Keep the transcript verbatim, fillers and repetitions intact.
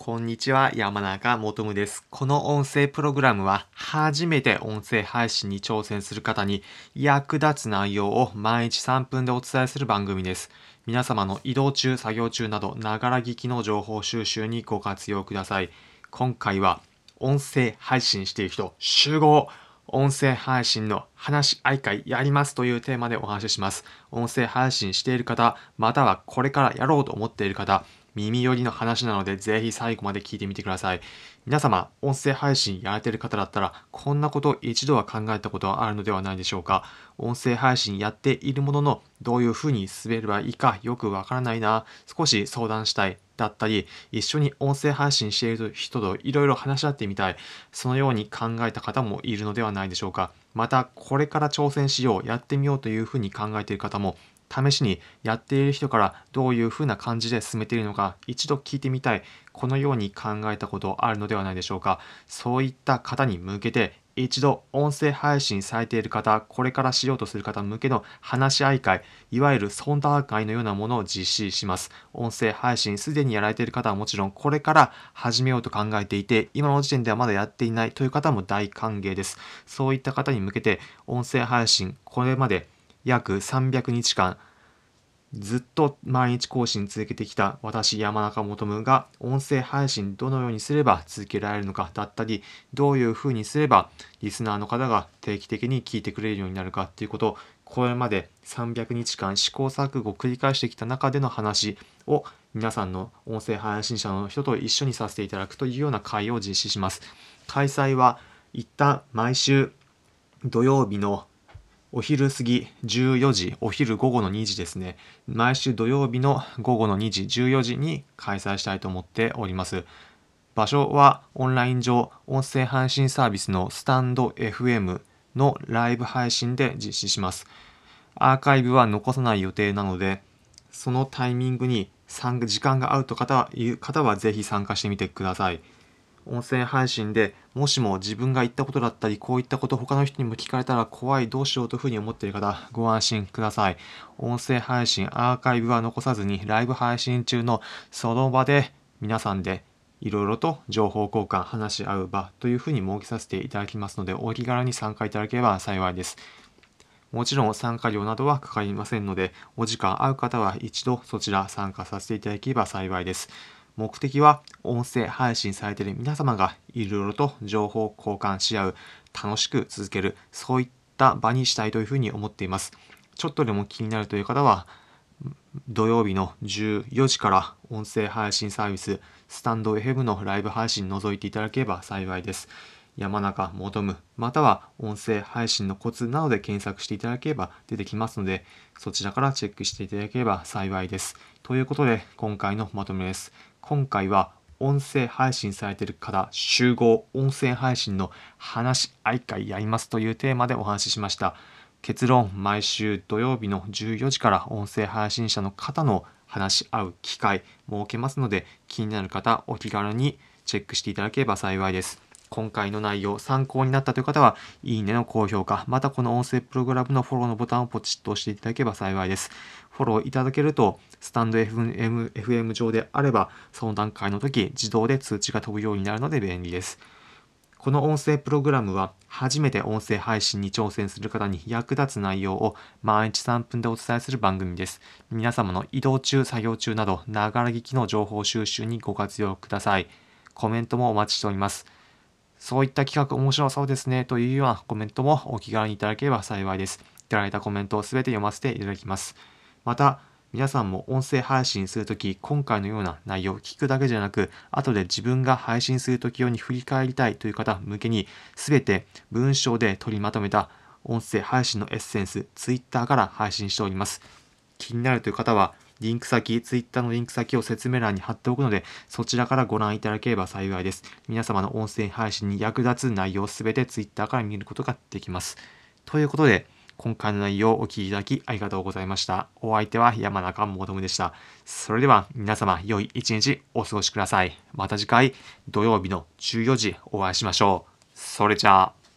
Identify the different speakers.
Speaker 1: こんにちは、山中もとむです。この音声プログラムは、初めて音声配信に挑戦する方に役立つ内容を毎日さんぷんでお伝えする番組です。皆様の移動中、作業中など、ながら聞きの情報収集にご活用ください。今回は、音声配信している人集合音声配信の話し合い会やりますというテーマでお話しします。音声配信している方、またはこれからやろうと思っている方、耳寄りの話なのでぜひ最後まで聞いてみてください。皆様、音声配信やられている方だったら、こんなことを一度は考えたことはあるのではないでしょうか。音声配信やっているものの、どういうふうに進めればいいかよくわからないな、少し相談したい。だったり、一緒に音声配信している人といろいろ話し合ってみたい。そのように考えた方もいるのではないでしょうか。また、これから挑戦しよう、やってみようというふうに考えている方も、試しにやっている人からどういうふうな感じで進めているのか一度聞いてみたい。このように考えたことあるのではないでしょうか。そういった方に向けて一度音声配信されている方、これからしようとする方向けの話し合い会、いわゆるソンダー会のようなものを実施します。音声配信すでにやられている方はもちろんこれから始めようと考えていて、今の時点ではまだやっていないという方も大歓迎です。そういった方に向けて音声配信、これまで約さんびゃくにちかんずっと毎日更新続けてきた私山中もとむが音声配信どのようにすれば続けられるのかだったり、どういうふうにすればリスナーの方が定期的に聞いてくれるようになるかっていうことを、これまでさんびゃくにちかん試行錯誤を繰り返してきた中での話を皆さんの音声配信者の人と一緒にさせていただくというような会を実施します。開催は一旦毎週土曜日のお昼過ぎじゅうよじ、お昼午後のにじですね。毎週土曜日の午後のにじ、じゅうよじに開催したいと思っております。場所はオンライン上、音声配信サービスのスタンド エフエム のライブ配信で実施します。アーカイブは残さない予定なので、そのタイミングに時間が合うと方はいう方はぜひ参加してみてください。音声配信でもしも自分が言ったことだったりこういったこと他の人にも聞かれたら怖いどうしようというふうに思っている方ご安心ください。音声配信アーカイブは残さずにライブ配信中のその場で皆さんでいろいろと情報交換話し合う場というふうに設けさせていただきますのでお気軽に参加いただければ幸いです。もちろん参加料などはかかりませんのでお時間合う方は一度そちら参加させていただければ幸いです。目的は音声配信されている皆様がいろいろと情報交換し合う、楽しく続ける、そういった場にしたいというふうに思っています。ちょっとでも気になるという方は、土曜日のじゅうよじから音声配信サービス、スタンド エフエム のライブ配信覗いていただければ幸いです。山中もとむ、または音声配信のコツなどで検索していただければ出てきますので、そちらからチェックしていただければ幸いです。ということで、今回のまとめです。今回は音声配信されている方集合音声配信の話し合い会やりますというテーマでお話ししました。結論、毎週土曜日のじゅうよじから音声配信者の方の話し合う機会設けますので、気になる方お気軽にチェックしていただければ幸いです。今回の内容参考になったという方はいいねの高評価、またこの音声プログラムのフォローのボタンをポチッと押していただければ幸いです。フォローいただけるとスタンド エフエム, エフエム 上であればその段階の時自動で通知が飛ぶようになるので便利です。この音声プログラムは初めて音声配信に挑戦する方に役立つ内容を毎日さんぷんでお伝えする番組です。皆様の移動中、作業中などながら聞きの情報収集にご活用ください。コメントもお待ちしております。そういった企画面白そうですねというようなコメントもお気軽にいただければ幸いです。いただいたコメントをすべて読ませていただきます。また、皆さんも音声配信するとき、今回のような内容を聞くだけじゃなく、後で自分が配信するとき用に振り返りたいという方向けに、すべて文章で取りまとめた音声配信のエッセンス、Twitter から配信しております。気になるという方は、リンク先、Twitter のリンク先を説明欄に貼っておくので、そちらからご覧いただければ幸いです。皆様の音声配信に役立つ内容をすべて Twitter から見ることができます。ということで、今回の内容をお聞きいただきありがとうございました。お相手は山中もとむでした。それでは皆様良い一日お過ごしください。また次回土曜日のじゅうよじお会いしましょう。それじゃあ。